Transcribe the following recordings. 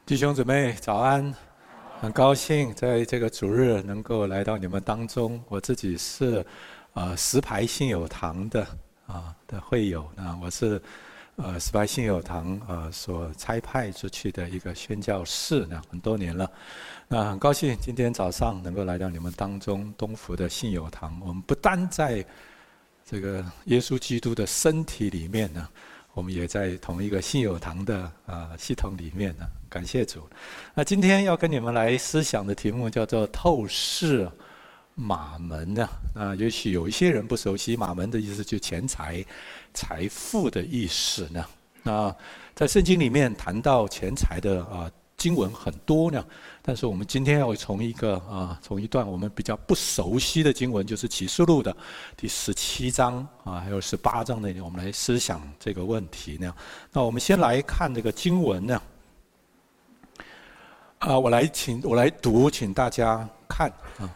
弟兄姊妹早安，很高兴在这个主日能够来到你们当中。我自己是石牌信友堂的会友，我是石牌信友堂所差派出去的一个宣教士很多年了。那很高兴今天早上能够来到你们当中，东福的信友堂。我们不单在这个耶稣基督的身体里面呢，我们也在同一个信友堂的系统里面呢。感谢主。那今天要跟你们来思想的题目叫做透视马门呢。那也许有一些人不熟悉马门的意思，就钱财、财富的意思呢。那在圣经里面谈到钱财的经文很多呢，但是我们今天要从一段我们比较不熟悉的经文，就是启示录的第17章还有18章那里，我们来思想这个问题呢。那我们先来看这个经文呢。我来读，请大家看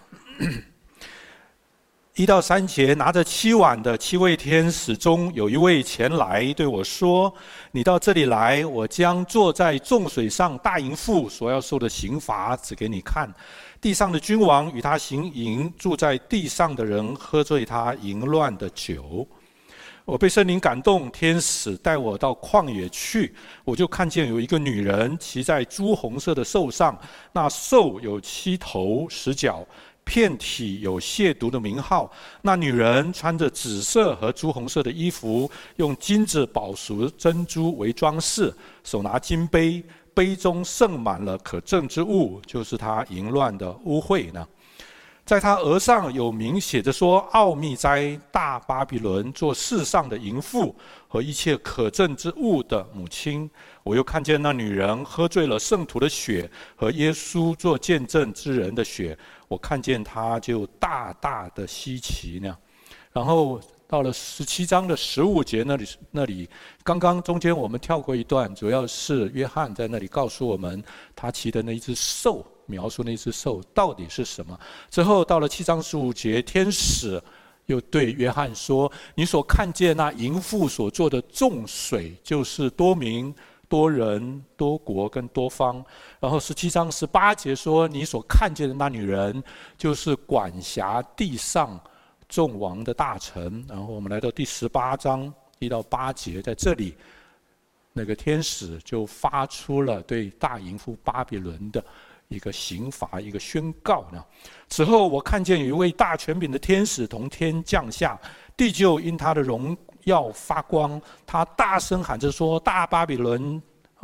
1到3节。拿着7碗的7位天使中有一位前来对我说：“你到这里来，我将坐在众水上大淫妇所要受的刑罚指给你看。地上的君王与他行淫，住在地上的人喝醉他淫乱的酒。”我被圣灵感动，天使带我到旷野去，我就看见有一个女人骑在朱红色的兽上，那兽有7头10脚，遍体有亵渎的名号。那女人穿着紫色和朱红色的衣服，用金子、宝石、珍珠为装饰，手拿金杯，杯中盛满了可憎之物，就是她淫乱的污秽呢。在他额上有名写着说：“奥秘哉，大巴比伦，做世上的淫妇和一切可憎之物的母亲。”我又看见那女人喝醉了圣徒的血和耶稣做见证之人的血，我看见她就大大的稀奇呢。然后到了17章的15节那里，刚刚中间我们跳过一段，主要是约翰在那里告诉我们他骑的那一只兽，描述那只兽到底是什么。之后到了7章15节，天使又对约翰说：“你所看见那淫妇所做的众水，就是多民、多人、多国跟多方。”然后17章18节说：“你所看见的那女人，就是管辖地上众王的大臣。”然后我们来到第18章1到8节，在这里那个天使就发出了对大淫妇巴比伦的一个刑罚，一个宣告呢。此后我看见有一位大权柄的天使从天降下，地就因他的荣耀发光。他大声喊着说：“巴比伦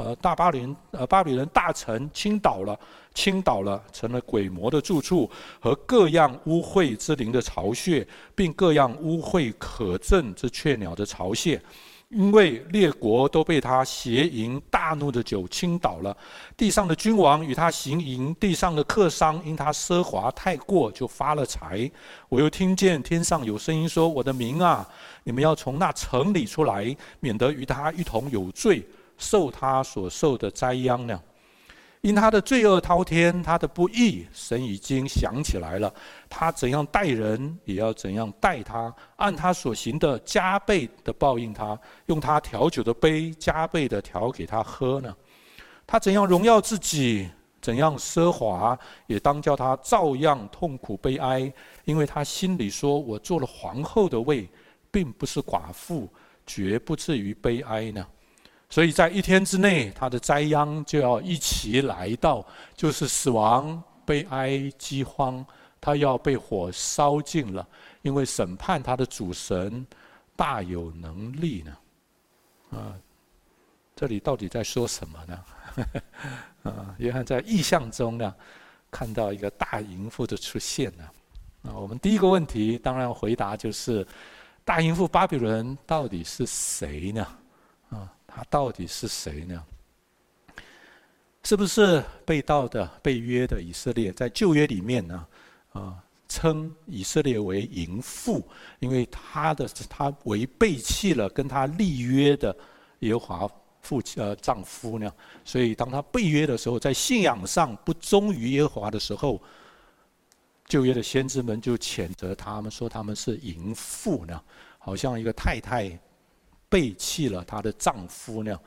大城倾倒了，成了鬼魔的住处和各样污秽之灵的巢穴，并各样污秽可憎之雀鸟的巢穴。因为列国都被他邪淫大怒的酒倾倒了，地上的君王与他行淫，地上的客商因他奢华太过就发了财。我又听见天上有声音说：我的民啊，你们要从那城里出来，免得与他一同有罪，受他所受的灾殃呢。因他的罪恶滔天，他的不义，神已经想起来了。他怎样待人，也要怎样待他，按他所行的加倍的报应他，用他调酒的杯加倍的调给他喝呢。他怎样荣耀自己，怎样奢华，也当叫他照样痛苦悲哀，因为他心里说：我做了皇后的位，并不是寡妇，绝不至于悲哀呢。所以在1天之内，他的灾殃就要一起来到，就是死亡、悲哀、饥荒，他要被火烧尽了，因为审判他的主神大有能力呢。这里到底在说什么呢？约翰在异象中呢，看到一个大淫妇的出现呢。我们第一个问题当然回答就是：大淫妇巴比伦到底是谁呢？他到底是谁呢？是不是被盗的、被约的以色列？在旧约里面呢，称以色列为淫妇，因为他违背弃了跟他立约的耶和华丈夫呢，所以当他被约的时候，在信仰上不忠于耶和华的时候，旧约的先知们就谴责他们，说他们是淫妇呢，好像一个太太背弃了她的丈夫那样。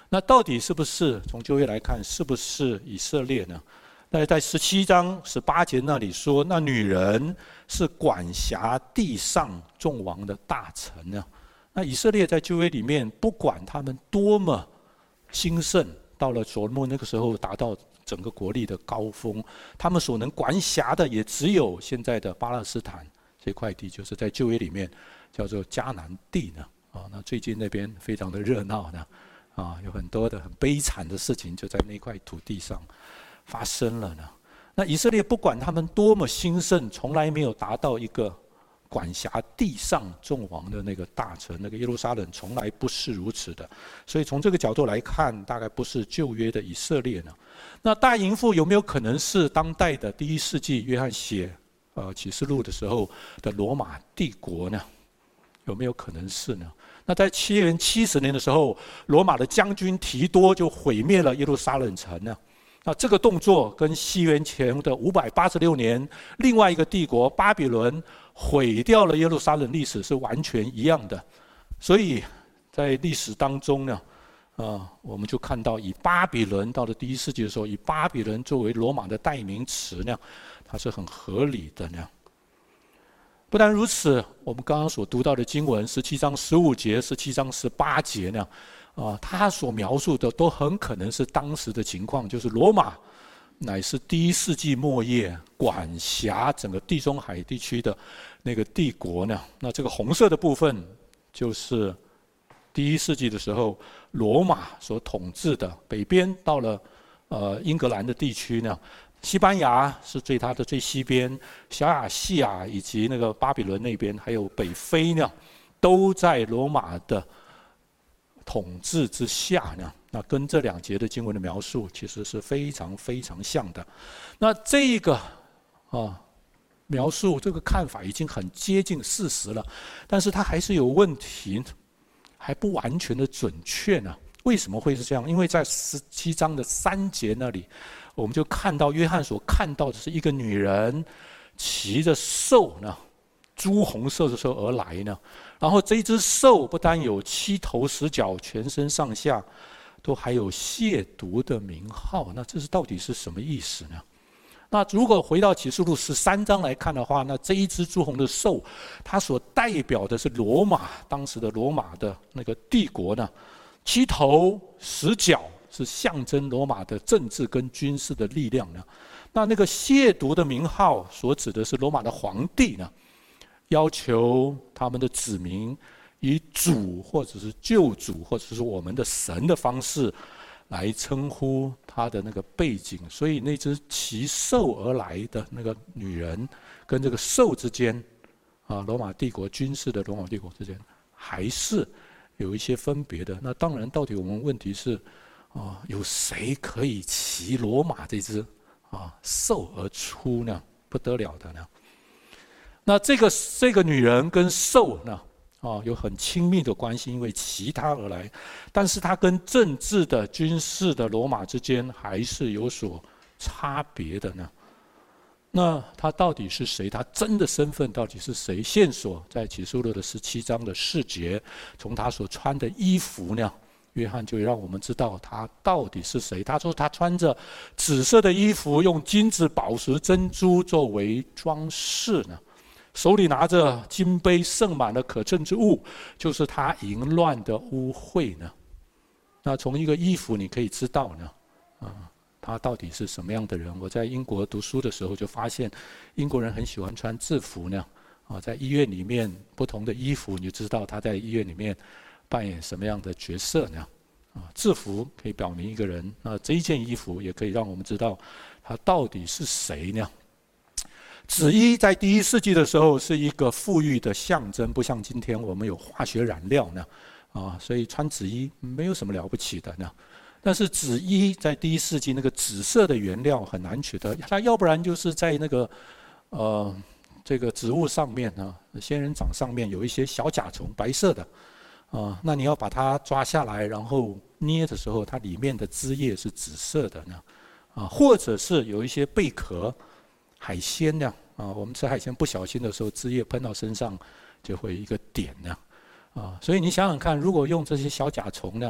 那到底是不是从旧约来看，是不是以色列呢？那在17章18节那里说，那女人是管辖地上众王的大臣呢。那以色列在旧约里面，不管他们多么兴盛，到了所罗门那个时候达到整个国力的高峰，他们所能管辖的也只有现在的巴勒斯坦这块地，就是在旧约里面叫做迦南地呢。那最近那边非常的热闹呢，有很多的很悲惨的事情就在那块土地上发生了呢。那以色列不管他们多么兴盛，从来没有达到一个管辖地上众王的那个大臣，那个耶路撒冷从来不是如此的。所以从这个角度来看，大概不是旧约的以色列呢。那大淫妇有没有可能是当代的第1世纪约翰写启示录的时候的罗马帝国呢？有没有可能是呢？那在西元70年的时候，罗马的将军提多就毁灭了耶路撒冷城呢。那这个动作跟西元前的586年另外一个帝国巴比伦毁掉了耶路撒冷历史是完全一样的。所以在历史当中呢，我们就看到以巴比伦到了第1世纪的时候，以巴比伦作为罗马的代名词呢，它是很合理的呢。不但如此，我们刚刚所读到的经文17章15节、17章18节呢，他所描述的都很可能是当时的情况，就是罗马乃是第1世纪末叶管辖整个地中海地区的那个帝国呢。那这个红色的部分就是第1世纪的时候罗马所统治的，北边到了英格兰的地区呢。西班牙是它的最西边，小亚细亚以及那个巴比伦那边，还有北非呢，都在罗马的统治之下呢。那跟这2节的经文的描述其实是非常非常像的。那这个描述这个看法已经很接近事实了，但是它还是有问题，还不完全的准确呢。为什么会是这样？因为在17章的3节那里，我们就看到约翰所看到的是一个女人骑着兽呢，朱红色的兽而来呢。然后这一只兽不单有7头10脚，全身上下都还有亵渎的名号。那这是到底是什么意思呢？那如果回到启示录13章来看的话，那这一只朱红的兽，它所代表的是罗马，当时的罗马的那个帝国呢，7头10脚是象征罗马的政治跟军事的力量呢。那个亵渎的名号所指的是罗马的皇帝呢，要求他们的子民以主或者是救主或者是我们的神的方式来称呼他的那个背景。所以那只骑兽而来的那个女人跟这个兽之间，罗马帝国军事的罗马帝国之间还是有一些分别的。那当然，到底我们问题是，有谁可以骑罗马这只兽而出呢？不得了的呢。那这个女人跟兽呢，有很亲密的关系，因为骑它而来，但是它跟政治的军事的罗马之间还是有所差别的呢。那他到底是谁？他真的身份到底是谁？线索在启示录的17章的4节，从他所穿的衣服呢，约翰就让我们知道他到底是谁。他说他穿着紫色的衣服，用金子、宝石、珍珠作为装饰呢，手里拿着金杯，盛满了可憎之物，就是他淫乱的污秽呢。那从一个衣服你可以知道呢，他到底是什么样的人？我在英国读书的时候就发现，英国人很喜欢穿制服呢。在医院里面不同的衣服，你就知道他在医院里面扮演什么样的角色呢？制服可以表明一个人，那这一件衣服也可以让我们知道他到底是谁呢？紫衣在第1世纪的时候是一个富裕的象征，不像今天我们有化学染料呢，所以穿紫衣没有什么了不起的呢。但是紫衣在第1世纪那个紫色的原料很难取得，它要不然就是在那个这个植物上面仙人掌上面有一些小甲虫，白色的那你要把它抓下来，然后捏的时候，它里面的汁液是紫色的呢，或者是有一些贝壳、海鲜呢，我们吃海鲜不小心的时候，汁液喷到身上就会一个点呢，所以你想想看，如果用这些小甲虫呢，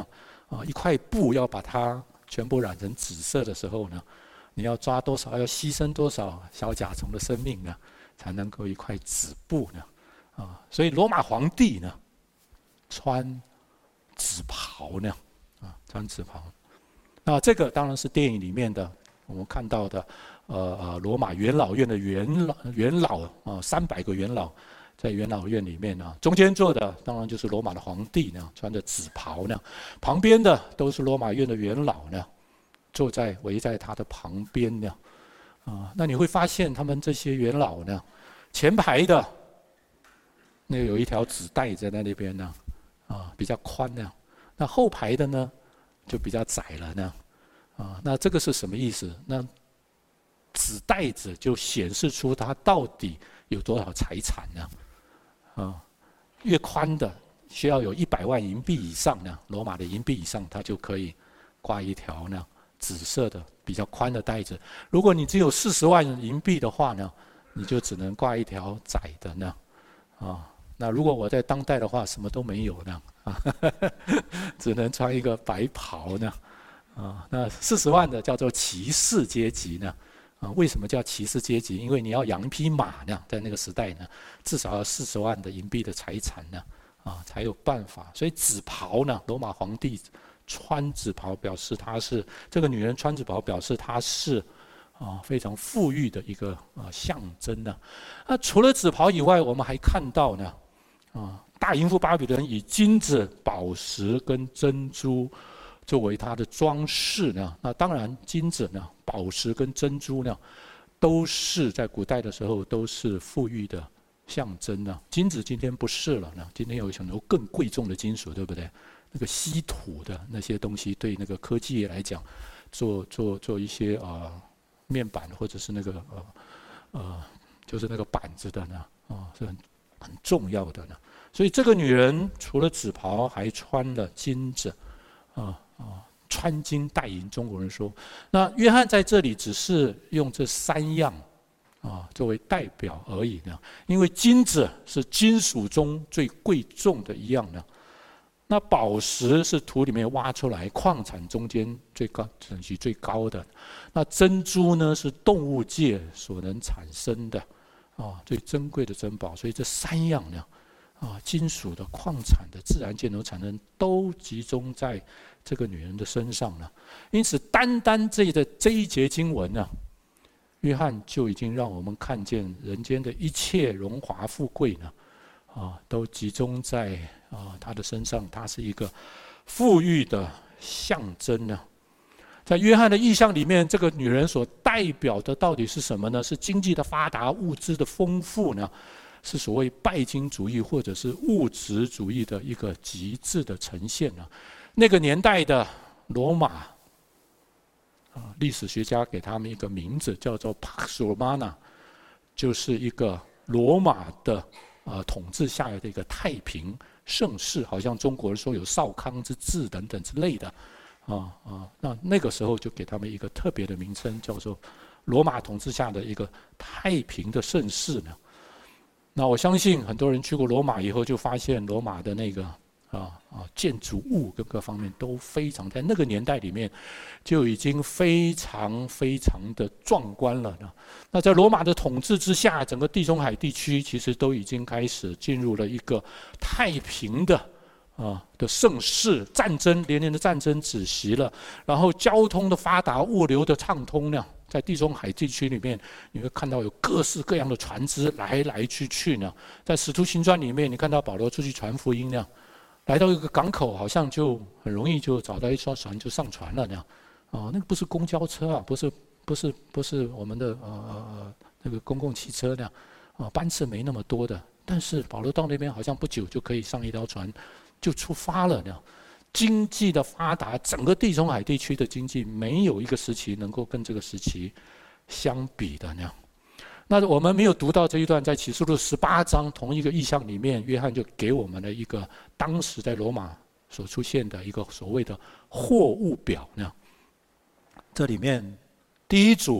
一块布要把它全部染成紫色的时候呢，你要抓多少，要牺牲多少小甲虫的生命呢，才能够一块紫布呢？所以罗马皇帝呢，穿紫袍呢，穿紫袍。那这个当然是电影里面的我们看到的，罗马元老院的元老300个元老在元老院里面呢，中间坐的当然就是罗马的皇帝呢，穿着紫袍呢，旁边的都是罗马院的元老呢，围在他的旁边呢，那你会发现他们这些元老呢，前排的那有一条紫带在那边呢，比较宽呢，那后排的呢就比较窄了呢，那这个是什么意思？那紫带子就显示出他到底有多少财产呢？越宽的需要有100万银币以上呢，罗马的银币以上，它就可以挂一条呢紫色的比较宽的带子。如果你只有40万银币的话呢，你就只能挂一条窄的呢。那如果我在当代的话，什么都没有呢，只能穿一个白袍呢。那40万的叫做骑士阶级呢。为什么叫骑士阶级？因为你要养一匹马呢，在那个时代呢，至少要40万的银币的财产呢，才有办法。所以紫袍呢，罗马皇帝穿紫袍表示他是这个女人穿紫袍表示她是非常富裕的一个象征呢。那除了紫袍以外，我们还看到呢，大淫妇巴比伦以金子、宝石跟珍珠作为它的装饰呢，那当然金子呢、宝石跟珍珠呢，都是在古代的时候都是富裕的象征呢。金子今天不是了呢，今天有很多更贵重的金属，对不对？那个稀土的那些东西，对那个科技业来讲，做一些面板或者是那个就是那个板子的呢，是很重要的呢。所以这个女人除了紫袍，还穿了金子。穿金戴银，中国人说。那约翰在这里只是用这3样作为代表而已呢，因为金子是金属中最贵重的一样呢。那宝石是土里面挖出来，矿产中间等级最高的。那珍珠呢是动物界所能产生的最珍贵的珍宝。所以这3样呢，金属的、矿产的、自然界能产生，都集中在这个女人的身上呢。因此，单单这一节经文呢，约翰就已经让我们看见人间的一切荣华富贵呢，都集中在她的身上。她是一个富裕的象征呢。在约翰的意象里面，这个女人所代表的到底是什么呢？是经济的发达、物质的丰富呢？是所谓拜金主义或者是物质主义的一个极致的呈现呢？那个年代的罗马，历史学家给他们一个名字叫做 Pax Romana， 就是一个罗马的统治下来的一个太平盛世，好像中国人说有少康之治等等之类的，那个时候就给他们一个特别的名称，叫做罗马统治下的一个太平的盛世呢。那我相信很多人去过罗马以后，就发现罗马的那个建筑物跟各方面都非常，在那个年代里面就已经非常非常的壮观了呢。那在罗马的统治之下，整个地中海地区其实都已经开始进入了一个太平的盛世，连年的战争止息了，然后交通的发达，物流的畅通呢。在地中海地区里面，你会看到有各式各样的船只来来去去呢。在使徒行传里面，你看到保罗出去传福音呢，来到一个港口，好像就很容易就找到一艘船就上船了呢。那个不是公交车不是我们的那个公共汽车呢，班次没那么多的。但是保罗到那边好像不久就可以上一条船就出发了呢。经济的发达，整个地中海地区的经济没有一个时期能够跟这个时期相比的呢。那我们没有读到这一段，在启示录18章同一个意象里面，约翰就给我们了一个当时在罗马所出现的一个所谓的货物表呢。这里面第一组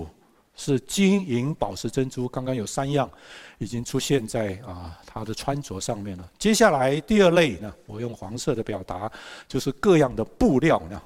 是金银宝石珍珠，刚刚有3样已经出现在它的穿着上面了。接下来第2类呢，我用黄色的表达，就是各样的布料呢，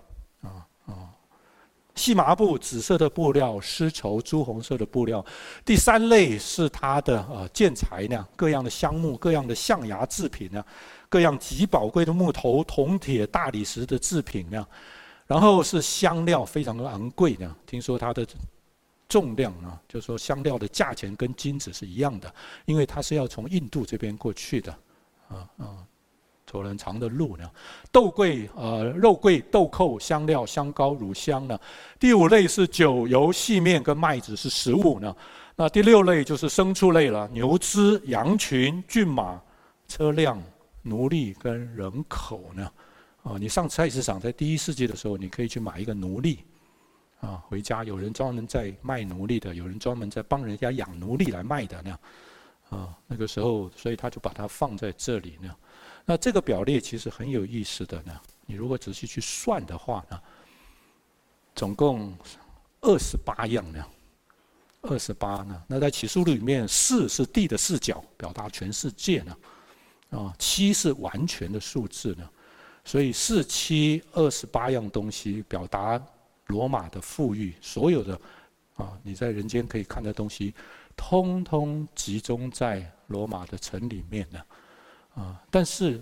细麻布、紫色的布料、丝绸、朱红色的布料。第3类是它的建材呢，各样的香木、各样的象牙制品呢，各样极宝贵的木头、铜铁、大理石的制品呢。然后是香料，非常的昂贵呢，听说它的重量呢，就是说香料的价钱跟金子是一样的，因为它是要从印度这边过去的，走了很长的路呢。豆桂、肉桂、豆蔻、香料、香膏、乳香呢。第5类是酒、油、细面跟麦子是食物呢。那第6类就是牲畜类了，牛只、羊群、骏马、车辆、奴隶跟人口呢。你上菜市场在第1世纪的时候，你可以去买一个奴隶，回家有人专门在卖奴隶的，有人专门在帮人家养奴隶来卖的呢。那个时候，所以他就把它放在这里呢。那这个表列其实很有意思的呢。你如果仔细去算的话呢，总共28样呢，28呢。那在启示录里面，4是地的视角，表达全世界呢。7是完全的数字呢。所以4、7、28样东西，表达罗马的富裕，所有的你在人间可以看的东西，通通集中在罗马的城里面呢。但是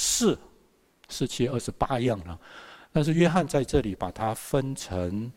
4、7、28样呢，但是约翰在这里把它分成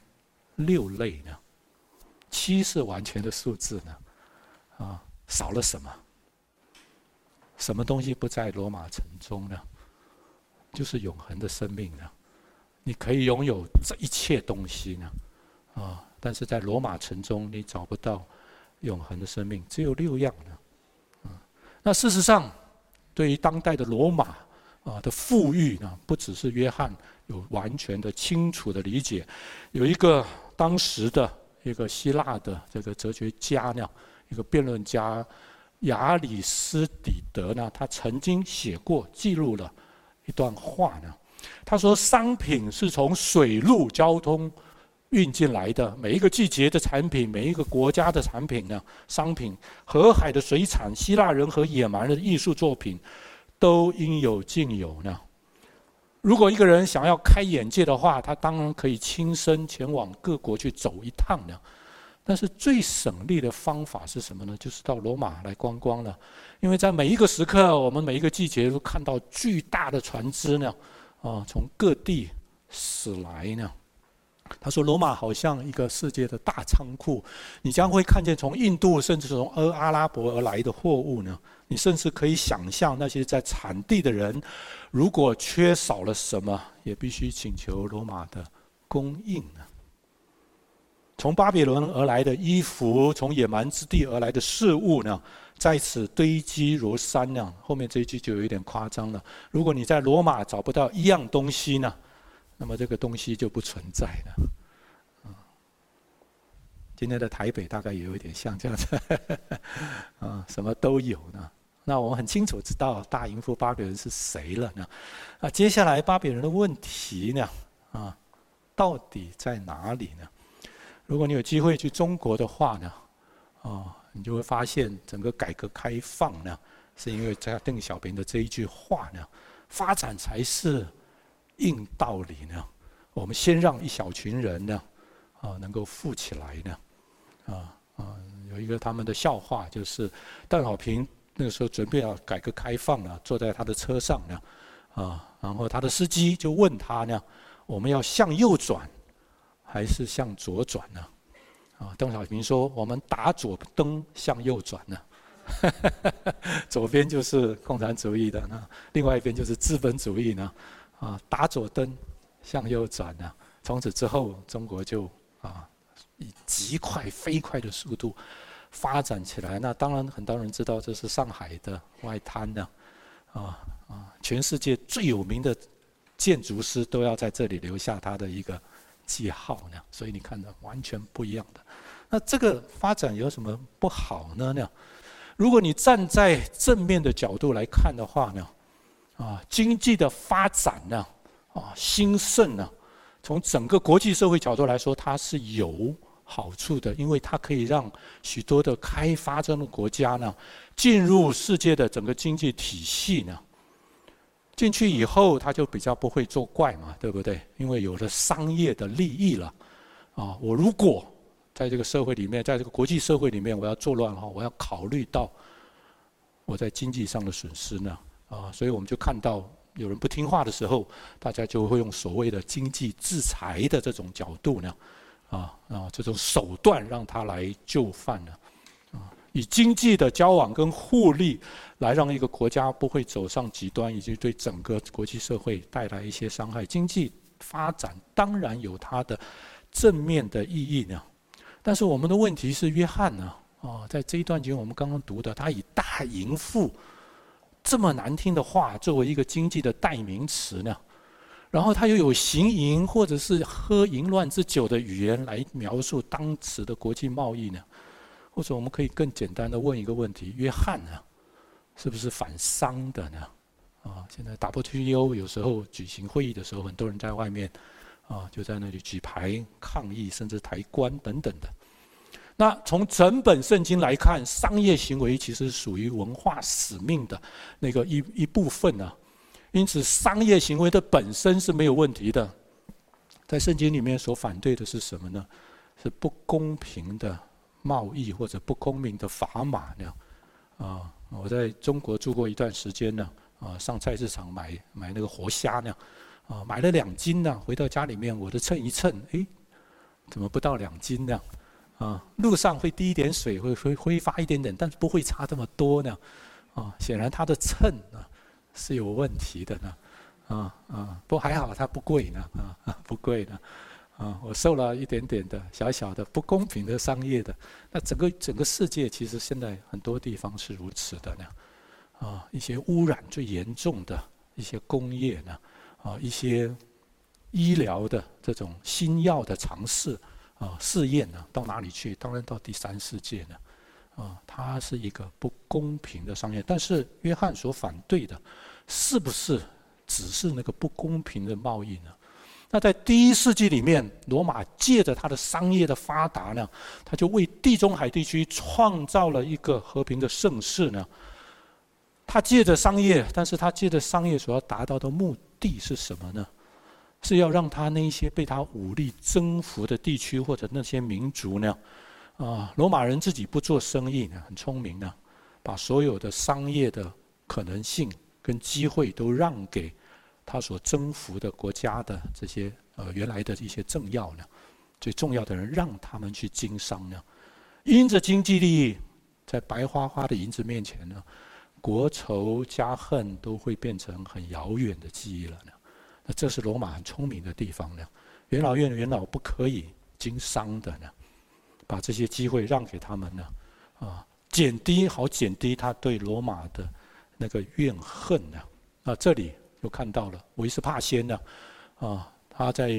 6类呢。7是完全的数字呢，少了什么？什么东西不在罗马城中呢？就是永恒的生命呢。你可以拥有这一切东西呢，但是在罗马城中你找不到永恒的生命，只有6样呢。那事实上，对于当代的罗马的富裕呢，不只是约翰有完全的清楚的理解，有一个当时的一个希腊的这个哲学家呢，一个辩论家亚里斯底德呢，他曾经写过记录了一段话呢。他说，商品是从水陆交通运进来的，每一个季节的产品，每一个国家的产品呢，商品，河海的水产，希腊人和野蛮人的艺术作品，都应有尽有呢。如果一个人想要开眼界的话，他当然可以亲身前往各国去走一趟呢。但是最省力的方法是什么呢？就是到罗马来观光了，因为在每一个时刻，我们每一个季节都看到巨大的船只呢，从各地驶来呢。他说，罗马好像一个世界的大仓库，你将会看见从印度甚至从阿拉伯而来的货物呢。你甚至可以想象那些在产地的人，如果缺少了什么，也必须请求罗马的供应呢。从巴比伦而来的衣服，从野蛮之地而来的事物呢，在此堆积如山呢。后面这一句就有一点夸张了。如果你在罗马找不到一样东西呢，那么这个东西就不存在了。今天的台北大概也有一点像这样子，什么都有呢。那我们很清楚知道大淫妇巴比伦是谁了呢？接下来巴比伦的问题呢，到底在哪里呢？如果你有机会去中国的话呢，你就会发现整个改革开放呢，是因为在邓小平的这一句话呢，发展才是硬道理呢。我们先让一小群人呢，能够富起来呢，有一个他们的笑话，就是邓小平那个时候准备要改革开放了，坐在他的车上呢，然后他的司机就问他呢，我们要向右转还是向左转呢？邓小平说，我们打左灯向右转呢。左边就是共产主义的呢，另外一边就是资本主义呢，打左灯向右转呢。从此之后，中国就以极快飞快的速度发展起来。那当然很多人知道这是上海的外滩呢，全世界最有名的建筑师都要在这里留下他的一个记号呢，所以你看到完全不一样的。那这个发展有什么不好呢？如果你站在正面的角度来看的话呢，经济的发展呢，兴盛呢，从整个国际社会角度来说，它是有好处的，因为它可以让许多的开发中的国家呢，进入世界的整个经济体系呢。进去以后，它就比较不会作怪嘛，对不对？因为有了商业的利益了。我如果在这个社会里面，在这个国际社会里面，我要作乱的话，我要考虑到我在经济上的损失呢。所以我们就看到有人不听话的时候，大家就会用所谓的经济制裁的这种角度呢。这种手段让他来就范了，以经济的交往跟互利来让一个国家不会走上极端，以及对整个国际社会带来一些伤害。经济发展当然有它的正面的意义呢，但是我们的问题是，约翰呢，在这一段经文我们刚刚读的，他以大淫妇这么难听的话作为一个经济的代名词呢。然后他又有行淫或者是喝淫乱之酒的语言来描述当时的国际贸易呢？或者我们可以更简单的问一个问题：约翰呢，是不是反商的呢？现在 WTO 有时候举行会议的时候，很多人在外面就在那里举牌抗议，甚至抬棺等等的。那从整本圣经来看，商业行为其实属于文化使命的那个一部分呢。因此，商业行为的本身是没有问题的。在圣经里面所反对的是什么呢？是不公平的贸易或者不公平的砝码呢？我在中国住过一段时间呢，上菜市场买那个活虾呢，买了2斤呢，回到家里面我的称一称，怎么不到2斤呢？路上会滴一点水，会挥发一点点，但是不会差这么多呢。显然它的称呢是有问题的呢，不过还好它不贵呢，不贵呢，我受了一点点的小小的不公平的商业的，那整个世界其实现在很多地方是如此的呢，一些污染最严重的一些工业呢，一些医疗的这种新药的尝试试验呢，到哪里去？当然到第三世界呢。它是一个不公平的商业，但是约翰所反对的，是不是只是那个不公平的贸易呢？那在第1世纪里面，罗马借着它的商业的发达呢，它就为地中海地区创造了一个和平的盛世呢。它借着商业，但是它借着商业所要达到的目的是什么呢？是要让他那些被他武力征服的地区或者那些民族呢？罗马人自己不做生意呢，很聪明呢，把所有的商业的可能性跟机会都让给他所征服的国家的这些原来的一些政要呢，最重要的人，让他们去经商呢。因着经济利益，在白花花的银子面前呢，国仇家恨都会变成很遥远的记忆了呢。那这是罗马很聪明的地方呢。元老院元老不可以经商的呢。把这些机会让给他们呢，减低他对罗马的那个怨恨呢。这里就看到了维斯帕先呢，他在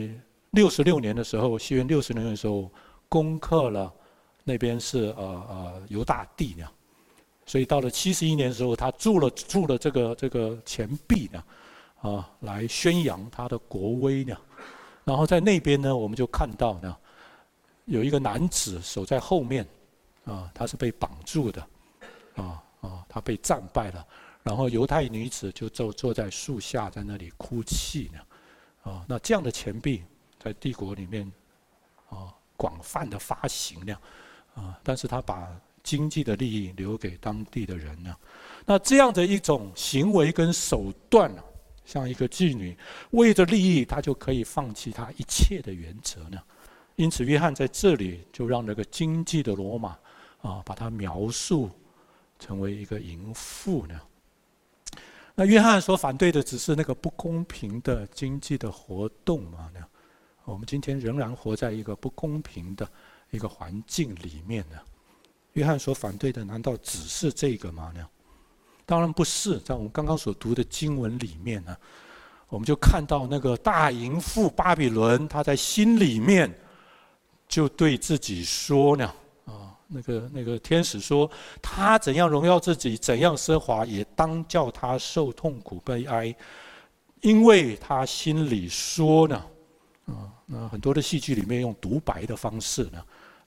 66年的时候，西元60年的时候攻克了那边是犹大地呢，所以到了71年的时候，他筑了这个钱币呢，来宣扬他的国威呢。然后在那边呢，我们就看到呢。有一个男子守在后面，他是被绑住的，他被战败了，然后犹太女子就坐在树下，在那里哭泣呢，那这样的钱币在帝国里面，广泛的发行呢，但是他把经济的利益留给当地的人呢，那这样的一种行为跟手段，像一个妓女，为着利益，他就可以放弃他一切的原则呢。因此，约翰在这里就让那个经济的罗马把它描述成为一个淫妇呢。那约翰所反对的只是那个不公平的经济的活动嘛呢？我们今天仍然活在一个不公平的一个环境里面呢。约翰所反对的难道只是这个吗呢？当然不是，在我们刚刚所读的经文里面呢，我们就看到那个大淫妇巴比伦，她在心里面。就对自己说呢，那个天使说，他怎样荣耀自己，怎样奢华，也当叫他受痛苦悲哀，因为他心里说呢，那很多的戏剧里面用独白的方式呢，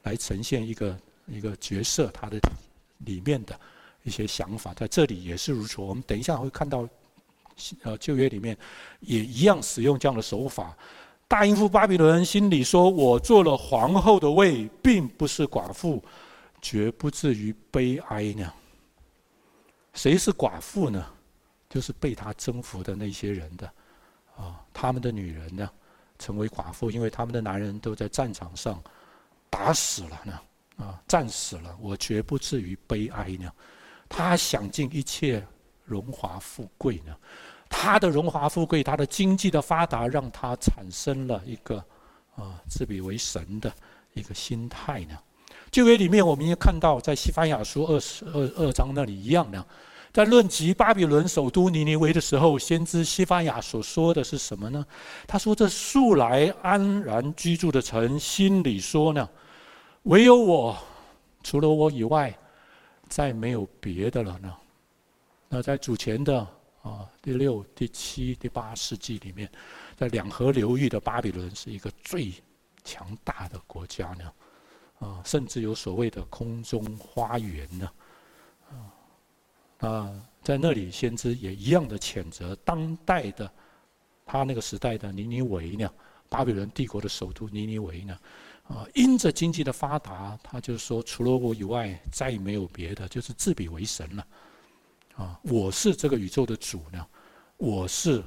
来呈现一个角色它的里面的一些想法，在这里也是如此。我们等一下会看到，旧约里面也一样使用这样的手法。大淫妇巴比伦心里说：“我做了皇后的位，并不是寡妇，绝不至于悲哀呢。”谁是寡妇呢？就是被他征服的那些人的，他们的女人呢，成为寡妇，因为他们的男人都在战场上打死了呢，战死了，我绝不至于悲哀呢。他享尽一切荣华富贵呢，他的荣华富贵，他的经济的发达，让他产生了一个自比为神的一个心态呢。旧约里面我们也看到，在西番雅书22章那里一样呢。在论及巴比伦首都尼尼微的时候，先知西番雅所说的是什么呢？他说：“这素来安然居住的城，心里说呢，唯有我，除了我以外，再没有别的了呢。”那在主前的第6、第7、第8世纪里面，在两河流域的巴比伦是一个最强大的国家呢，甚至有所谓的空中花园呢。在那里，先知也一样的谴责当代的他那个时代的尼尼微呢，巴比伦帝国的首都尼尼微呢，因着经济的发达，他就说除了我以外再没有别的，就是自比为神了。我是这个宇宙的主呢，我是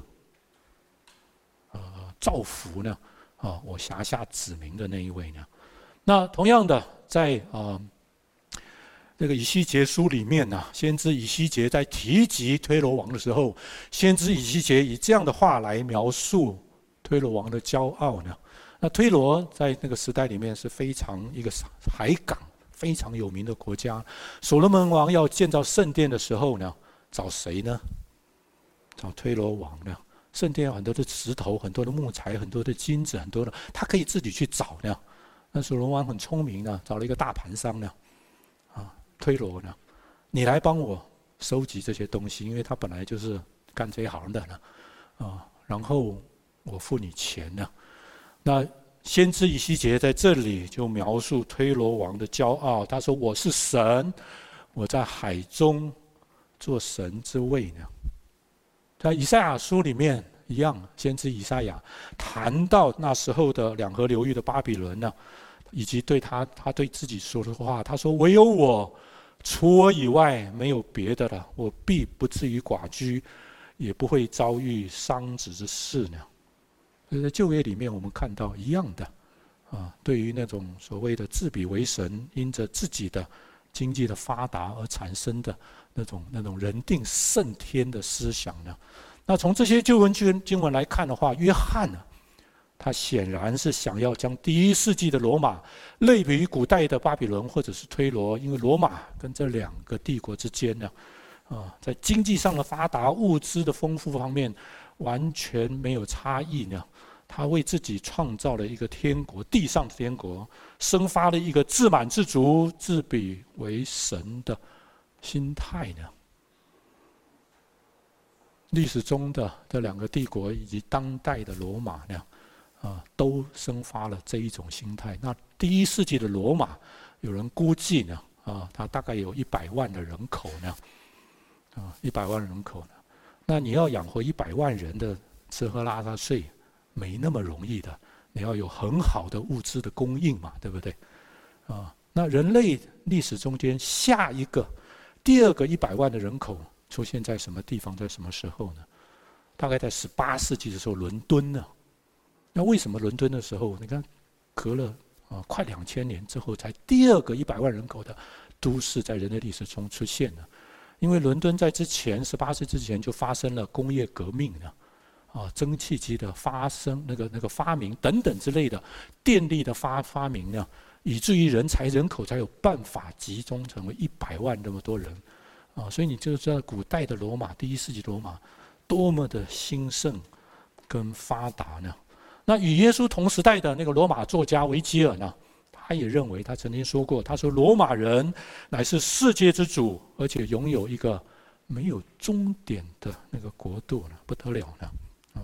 造福呢，我辖下子民的那一位呢。那同样的，在这个以西结书里面呢，先知以西结在提及推罗王的时候，先知以西结以这样的话来描述推罗王的骄傲呢。那推罗在那个时代里面是非常一个海港非常有名的国家。所罗门王要建造圣殿的时候呢，找谁呢？找推罗王呢。圣殿有很多的石头，很多的木材，很多的金子，很多的，他可以自己去找呢。那所罗门王很聪明呢，找了一个大盘商呢。推罗呢，你来帮我收集这些东西，因为他本来就是干这一行的呢，然后我付你钱呢。那先知以西结在这里就描述推罗王的骄傲，他说：“我是神，我在海中做神之位呢。”在以赛亚书里面一样，先知以赛亚谈到那时候的两河流域的巴比伦呢，以及对他对自己说的话，他说：“唯有我，除我以外没有别的了，我必不至于寡居，也不会遭遇丧子之事呢。”所以在旧约里面，我们看到一样的对于那种所谓的自比为神，因着自己的经济的发达而产生的那种人定胜天的思想呢。那从这些旧约经文来看的话，约翰呢，他显然是想要将第1世纪的罗马类比于古代的巴比伦或者是推罗，因为罗马跟这两个帝国之间呢，在经济上的发达、物资的丰富方面完全没有差异呢。他为自己创造了一个天国，地上的天国，生发了一个自满自足、自比为神的心态呢。历史中的这两个帝国以及当代的罗马呢，都生发了这一种心态。那第1世纪的罗马，有人估计呢，它大概有100万的人口呢，100万人口呢。那你要养活100万人的吃喝拉撒睡，没那么容易的。你要有很好的物资的供应嘛，对不对？那人类历史中间第二个100万的人口出现在什么地方，在什么时候呢？大概在18世纪的时候，伦敦呢。那为什么伦敦的时候，你看隔了快2000年之后，才第二个100万人口的都市在人类历史中出现呢？因为伦敦在之前18世纪之前就发生了工业革命呢，蒸汽机的发生，那个发明等等之类的，电力的发明呢，以至于人口才有办法集中成为100万那么多人所以你就知道古代的罗马，第1世纪罗马多么的兴盛跟发达呢？那与耶稣同时代的那个罗马作家维吉尔呢，他也认为，他曾经说过，他说罗马人乃是世界之主，而且拥有一个没有终点的那个国度呢，不得了呢。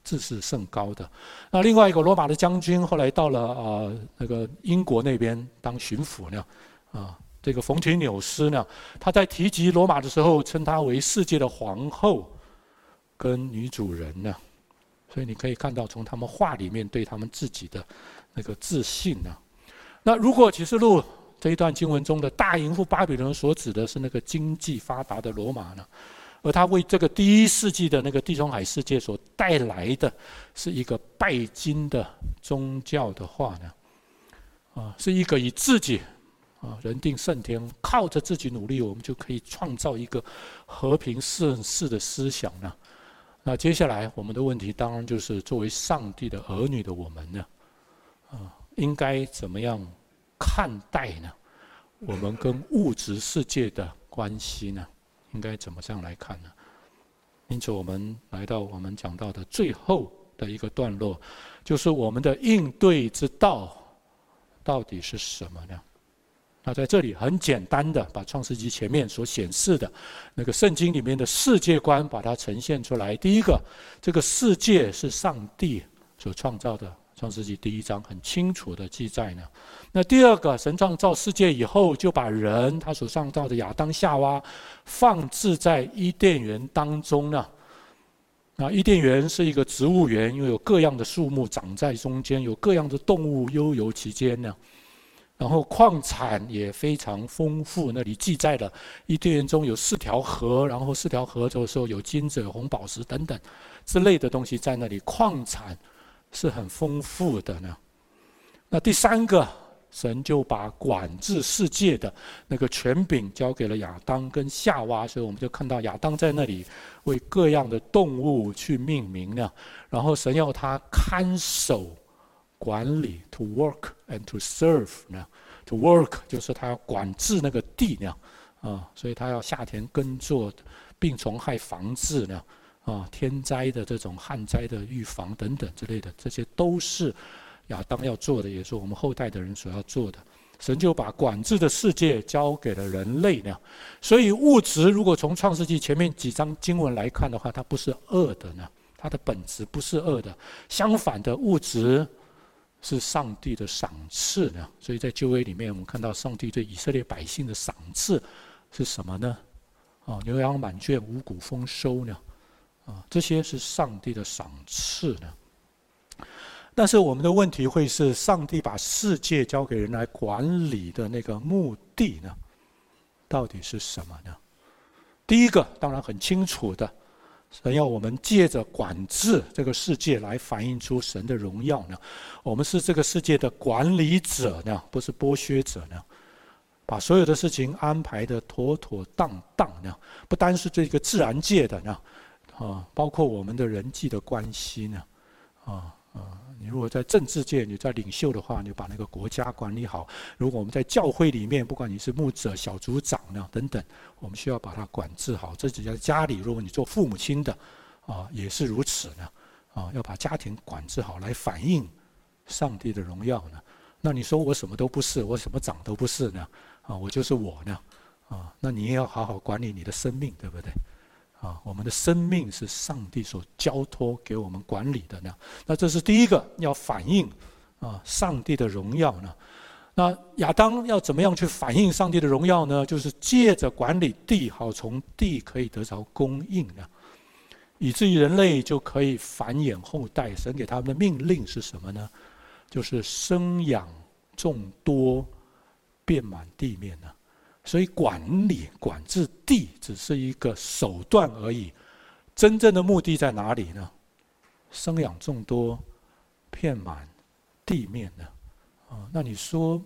自视甚高的。那另外一个罗马的将军后来到了那个英国那边当巡抚呢，这个冯提纽斯呢，他在提及罗马的时候，称他为世界的皇后跟女主人呢。所以你可以看到，从他们话里面对他们自己的那个自信呢。那如果启示录这一段经文中的大淫妇巴比伦所指的是那个经济发达的罗马呢，而他为这个第1世纪的那个地中海世界所带来的是一个拜金的宗教的话呢，是一个以自己人定胜天，靠着自己努力，我们就可以创造一个和平盛世的思想呢。那接下来我们的问题当然就是作为上帝的儿女的我们呢，应该怎么样看待呢？我们跟物质世界的关系呢？应该怎么这样来看呢？因此我们来到我们讲到的最后的一个段落，就是我们的应对之道到底是什么呢？那在这里很简单的把创世纪前面所显示的那个圣经里面的世界观把它呈现出来。第一个，这个世界是上帝所创造的，创世纪第1章很清楚的记载呢。那第二个，神创造世界以后，就把人他所创造的亚当夏娃放置在伊甸园当中呢。那伊甸园是一个植物园，因为有各样的树木长在中间，有各样的动物悠游其间呢。然后矿产也非常丰富，那里记载了伊甸园中有4条河，然后4条河的时候有金子、有红宝石等等之类的东西在那里，矿产是很丰富的呢。那第3个，神就把管制世界的那个权柄交给了亚当跟夏娃，所以我们就看到亚当在那里为各样的动物去命名呢，然后神要他看守管理 to work and to serve 呢 ，to work 就是他要管制那个地呢，所以他要下田耕作，病虫害防治呢，天灾的这种旱灾的预防等等之类的，这些都是亚当要做的，也是我们后代的人所要做的。神就把管制的世界交给了人类呢，所以物质如果从创世纪前面几章经文来看的话，它不是恶的呢，它的本质不是恶的，相反的，物质是上帝的赏赐呢。所以在旧约里面，我们看到上帝对以色列百姓的赏赐是什么呢？牛羊满圈，五谷丰收呢？这些是上帝的赏赐呢。但是我们的问题会是，上帝把世界交给人来管理的那个目的呢，到底是什么呢？第一个当然很清楚的，神要我们借着管制这个世界来反映出神的荣耀呢。我们是这个世界的管理者呢，不是剥削者呢。把所有的事情安排得妥妥当当呢，不单是这个自然界的呢，包括我们的人际的关系呢，你如果在政治界，你在领袖的话，你把那个国家管理好；如果我们在教会里面，不管你是牧者、小组长呢等等，我们需要把它管制好。这只在家里，如果你做父母亲的，也是如此呢，要把家庭管制好，来反映上帝的荣耀呢。那你说我什么都不是，我什么长都不是呢？我就是我呢，那你也要好好管理你的生命，对不对？我们的生命是上帝所交托给我们管理的呢。那这是第一个，要反映上帝的荣耀呢。那亚当要怎么样去反映上帝的荣耀呢？就是借着管理地，好从地可以得着供应呢，以至于人类就可以繁衍后代。神给他们的命令是什么呢？就是生养众多，遍满地面呢。所以管制地只是一个手段而已，真正的目的在哪里呢？生养众多，遍满地面呢？那你说，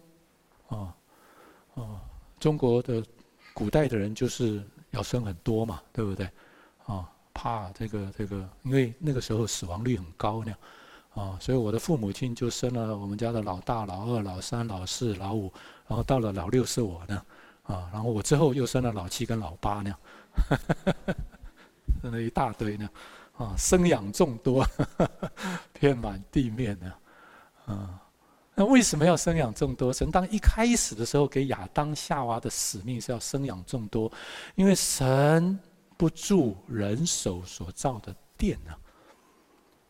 中国的古代的人就是要生很多嘛，对不对？怕这个，因为那个时候死亡率很高呢。所以我的父母亲就生了我们家的老大、老二、老三、老四、老五，然后到了老六是我呢。然后我之后又生了老7跟老8呢，生了一大堆呢，生养众多，遍满地面呢，那为什么要生养众多？神当一开始的时候给亚当夏娃的使命是要生养众多，因为神不住人手所造的殿呢，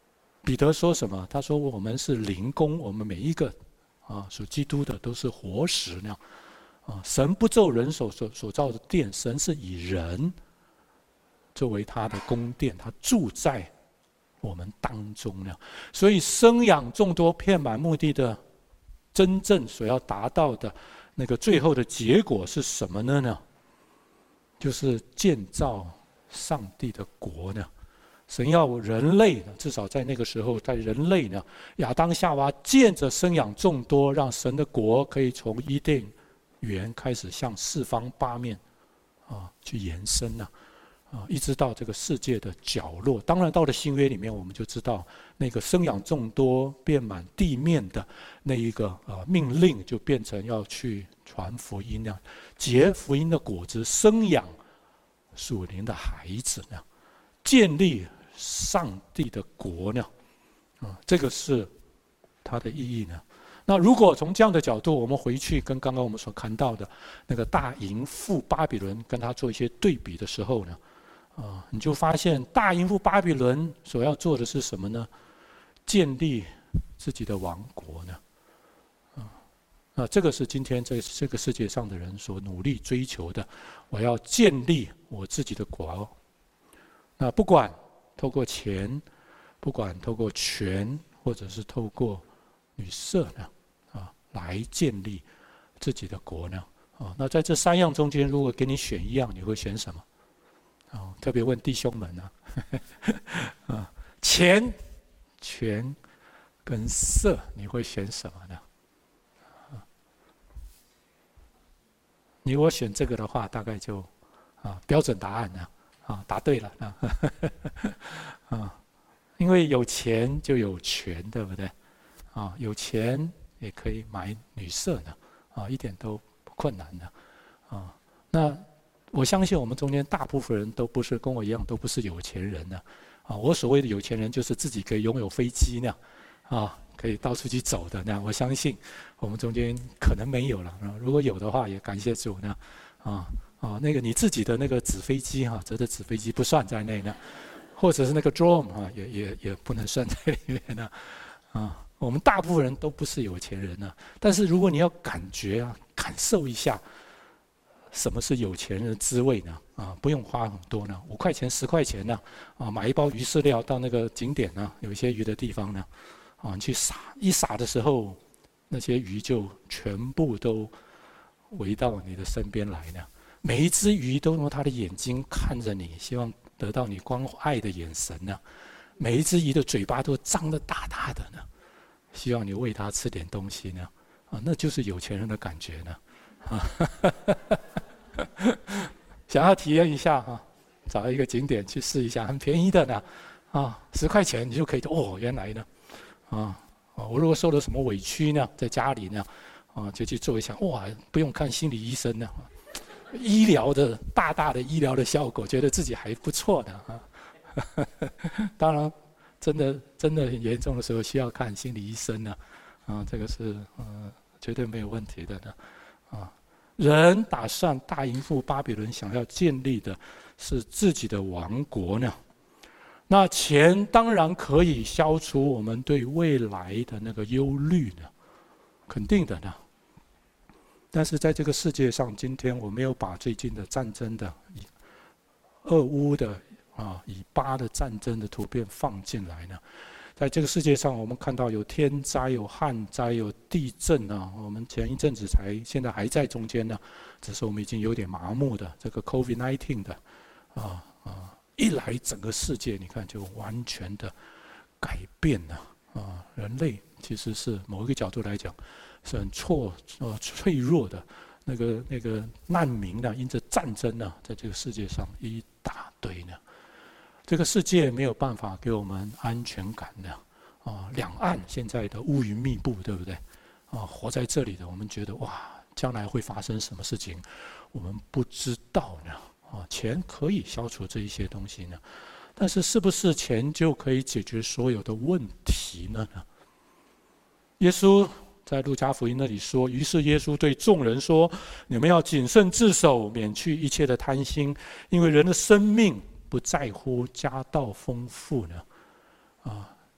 彼得说什么？他说我们是灵宫，我们每一个属基督的都是活石那样。神不造人所造的殿，神是以人作为他的宫殿，他住在我们当中呢。所以生养众多遍满目的的真正所要达到的那个最后的结果是什么呢？就是建造上帝的国呢。神要人类呢，至少在那个时候，在人类呢，亚当夏娃见着生养众多，让神的国可以从伊甸园开始向四方八面去延伸呢。一直到这个世界的角落。当然到了新约里面，我们就知道那个生养众多遍满地面的那一个命令，就变成要去传福音呢，结福音的果子，生养属灵的孩子呢，建立上帝的国呢。这个是它的意义呢。那如果从这样的角度，我们回去跟刚刚我们所看到的那个大淫妇巴比伦跟它做一些对比的时候呢，你就发现大淫妇巴比伦所要做的是什么呢？建立自己的王国呢。这个是今天在这个世界上的人所努力追求的。我要建立我自己的国。那不管透过钱，不管透过权，或者是透过女色呢，来建立自己的国呢。那在这三样中间，如果给你选一样，你会选什么？特别问弟兄们钱、权跟色，你会选什么呢？你如果选这个的话，大概就标准答案了，答对了因为有钱就有权，对不对？有钱也可以买女色呢，一点都不困难的。那我相信我们中间大部分人都不是跟我一样，都不是有钱人呢。我所谓的有钱人，就是自己可以拥有飞机呢，可以到处去走的那。我相信我们中间可能没有了，如果有的话，也感谢主呢。那个你自己的那个纸飞机折的纸飞机不算在内呢，或者是那个 drone 也不能算在里面呢。我们大部分人都不是有钱人呢，但是如果你要感受一下什么是有钱人的滋味呢？不用花很多呢，5块钱、10块钱呢，买一包鱼饲料到那个景点呢，有一些鱼的地方呢，你去撒，一撒的时候，那些鱼就全部都围到你的身边来呢。每一只鱼都用它的眼睛看着你，希望得到你关爱的眼神呢。每一只鱼的嘴巴都张得大大的呢，希望你喂它吃点东西呢。那就是有钱人的感觉呢。想要体验一下找一个景点去试一下，很便宜的呢，10块钱你就可以原来呢，我如果受了什么委屈呢，在家里呢，就去做一下，不用看心理医生呢，医疗的大的医疗的效果，觉得自己还不错的当然，真的很严重的时候需要看心理医生呢，这个是绝对没有问题的呢，人打算大淫妇巴比伦想要建立的是自己的王国呢。那钱当然可以消除我们对未来的那个忧虑呢，肯定的呢。但是在这个世界上，今天我没有把最近的战争的俄乌的以巴的战争的图片放进来呢。在这个世界上，我们看到有天灾、有旱灾、有地震我们前一阵子现在还在中间呢，只是我们已经有点麻木的这个 COVID-19 的一来整个世界你看就完全的改变了人类其实是某一个角度来讲是很脆弱的，那个难民呢，因着战争呢，在这个世界上一大堆呢。这个世界没有办法给我们安全感的两岸现在的乌云密布，对不对？活在这里的我们觉得将来会发生什么事情，我们不知道呢。钱可以消除这一些东西呢，但是是不是钱就可以解决所有的问题呢？耶稣在路加福音那里说，于是耶稣对众人说：“你们要谨慎自守，免去一切的贪心，因为人的生命不在乎家道丰富呢。”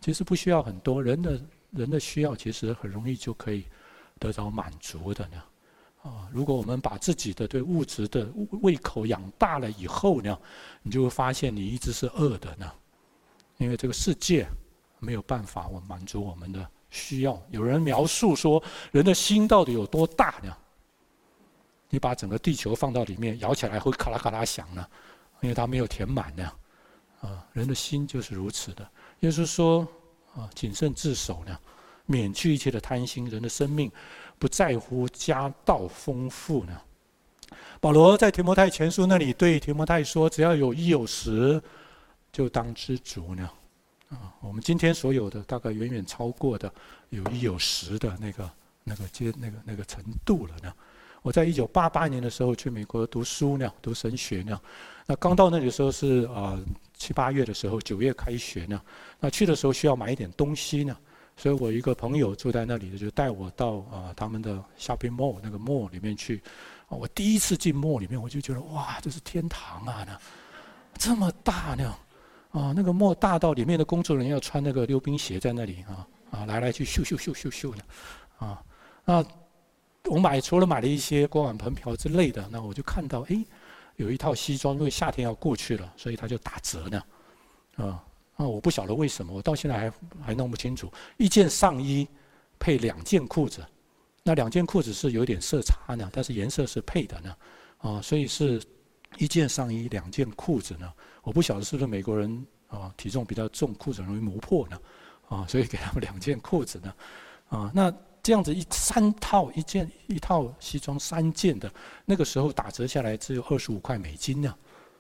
其实不需要很多，人的需要其实很容易就可以得到满足的呢。如果我们把自己的对物质的胃口养大了以后呢，你就会发现你一直是饿的呢，因为这个世界没有办法满足我们的需要。有人描述说，人的心到底有多大呢？你把整个地球放到里面，摇起来会咔啦咔啦响呢，因为它没有填满呢。人的心就是如此的。耶稣说，谨慎自守呢，免去一切的贪心，人的生命不在乎家道丰富呢。保罗在提摩太前书那里对提摩太说，只要有衣有食，就当知足呢。我们今天所有的大概远远超过的有衣有食的那个程度了呢。我在1988年的时候去美国读书呢，读神学呢。那刚到那里的时候是7、8月的时候，9月开学呢。那去的时候需要买一点东西呢，所以我一个朋友住在那里的，就带我到他们的 shopping mall 那个 mall 里面去。我第一次进 mall 里面，我就觉得哇，这是天堂啊！这么大呢，那个 mall 大到里面的工作人员要穿那个溜冰鞋在那里来来去咻咻咻咻咻的那我除了买了一些锅碗盆瓢之类的，那我就看到有一套西装，因为夏天要过去了，所以它就打折呢。我不晓得为什么，我到现在还弄不清楚。一件上衣配2件裤子，那2件裤子是有点色差呢，但是颜色是配的呢。所以是1件上衣2件裤子呢。我不晓得是不是美国人体重比较重，裤子容易磨破呢。所以给他们2件裤子呢。那这样子一套西装3件的，那个时候打折下来只有25块美金呢。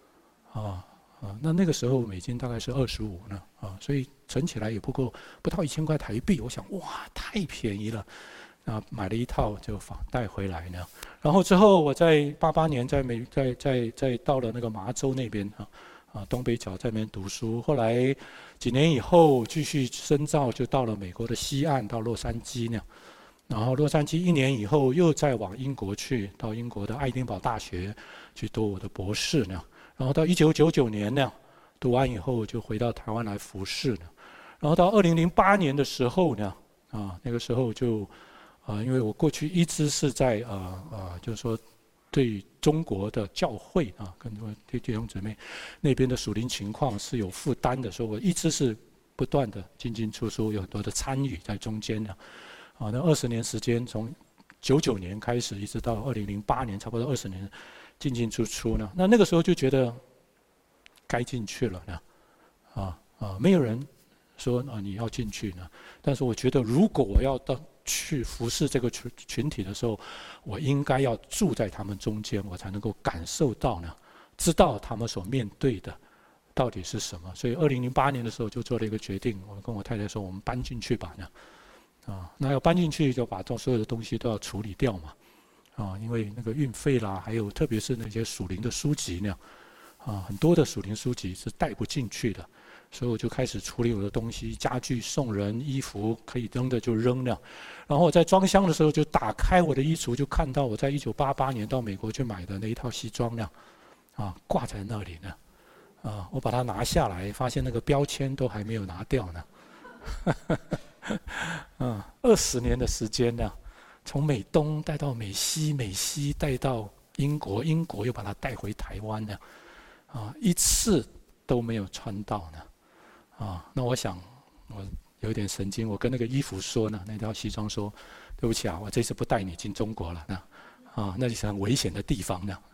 那个时候美金大概是25呢。所以存起来也不到1000块台币。我想哇，太便宜了。买了一套就带回来呢。然后之后我在88年在到了那个麻州那边东北角在那边读书。后来几年以后继续深造，就到了美国的西岸，到洛杉矶呢。然后洛杉矶1年以后又再往英国去，到英国的爱丁堡大学去读我的博士呢。然后到1999年呢，读完以后就回到台湾来服侍呢。然后到2008年的时候呢，那个时候就因为我过去一直是在就是说对中国的教会跟弟兄姊妹那边的属灵情况是有负担的，所以我一直是不断的进出出，有很多的参与在中间的。那20年时间，从99年开始一直到2008年，差不多20年进出出呢。那个时候就觉得该进去了呢。没有人说你要进去呢，但是我觉得如果我要去服侍这个群体的时候，我应该要住在他们中间，我才能够感受到呢，知道他们所面对的到底是什么。所以2008年的时候就做了一个决定，我跟我太太说，我们搬进去吧呢。那要搬进去就把所有的东西都要处理掉嘛。因为那个运费啦，还有特别是那些属灵的书籍呢，很多的属灵书籍是带不进去的。所以我就开始处理我的东西，家具送人，衣服可以扔的就扔了。然后我在装箱的时候就打开我的衣橱，就看到我在1988年到美国去买的那一套西装呢，挂在那里呢。我把它拿下来，发现那个标签都还没有拿掉呢。20年的时间呢，从美东带到美西，美西带到英国，英国又把它带回台湾呢。一次都没有穿到呢。那我想我有点神经，我跟那个衣服说呢，那条西装说，对不起我这次不带你进中国了那是很危险的地方呢。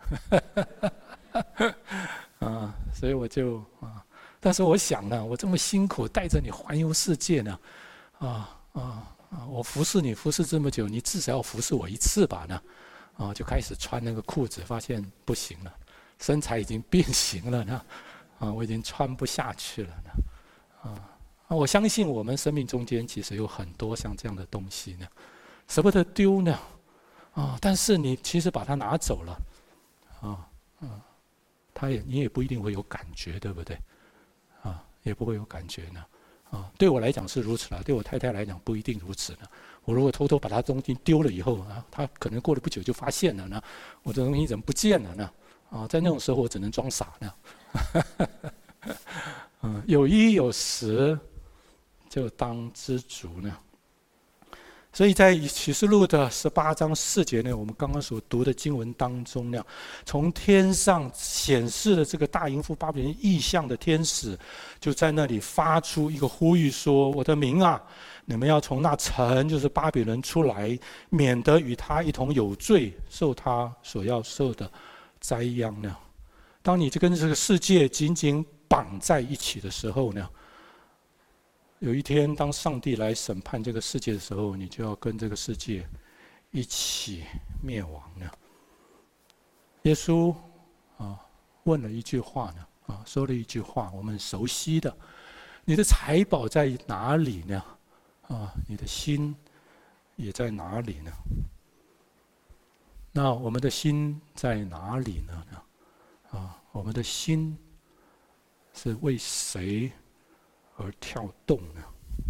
所以我就但是我想呢，我这么辛苦带着你环游世界呢，我服侍你服侍这么久，你至少要服侍我1次吧呢。就开始穿那个裤子，发现不行了，身材已经变形了呢。我已经穿不下去了呢。我相信我们生命中间其实有很多像这样的东西呢，舍不得丢呢。但是你其实把它拿走了，你也不一定会有感觉，对不对？也不会有感觉呢。对我来讲是如此了，对我太太来讲不一定如此呢。我如果偷偷把她东西丢了以后她可能过了不久就发现了呢，我的东西怎么不见了呢？在那种时候我只能装傻呢。有衣有食， 就当知足呢。所以在启示录的18章4节呢，我们刚刚所读的经文当中呢，从天上显示的这个大淫妇巴比伦异象的天使，就在那里发出一个呼吁说：我的民啊，你们要从那城，就是巴比伦出来，免得与他一同有罪，受他所要受的灾殃呢。当你跟这个世界紧紧绑在一起的时候呢，有一天当上帝来审判这个世界的时候，你就要跟这个世界一起灭亡呢。耶稣问了一句话呢，说了一句话，我们熟悉的：你的财宝在哪里呢？你的心也在哪里呢？那我们的心在哪里呢？我们的心是为谁而跳动呢？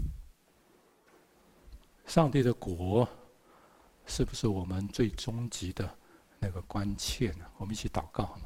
上帝的国是不是我们最终极的那个关切呢？我们一起祷告好吗？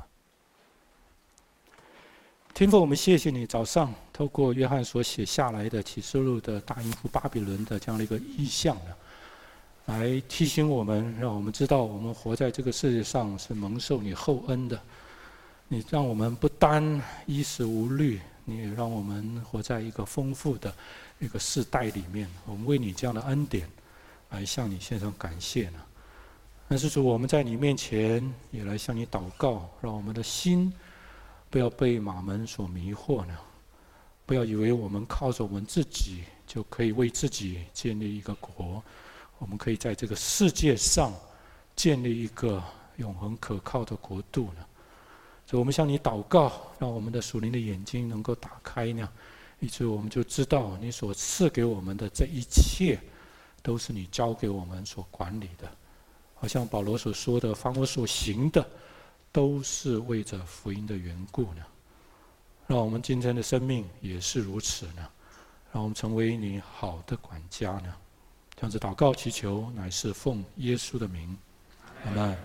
天父，我们谢谢你，早上透过约翰所写下来的启示录的大淫妇巴比伦的这样的一个意象呢，来提醒我们，让我们知道我们活在这个世界上是蒙受你厚恩的。你让我们不单衣食无虑，你也让我们活在一个丰富的一个世代里面。我们为你这样的恩典来向你献上感谢呢。但是主，我们在你面前也来向你祷告，让我们的心不要被马门所迷惑呢，不要以为我们靠着我们自己就可以为自己建立一个国，我们可以在这个世界上建立一个永恒可靠的国度呢。所以我们向你祷告，让我们的属灵的眼睛能够打开呢，以致我们就知道你所赐给我们的这一切都是你交给我们所管理的。好像保罗所说的，凡我所行的都是为着福音的缘故呢。让我们今天的生命也是如此呢，让我们成为你好的管家呢。这样子祷告祈求，乃是奉耶稣的名，阿们。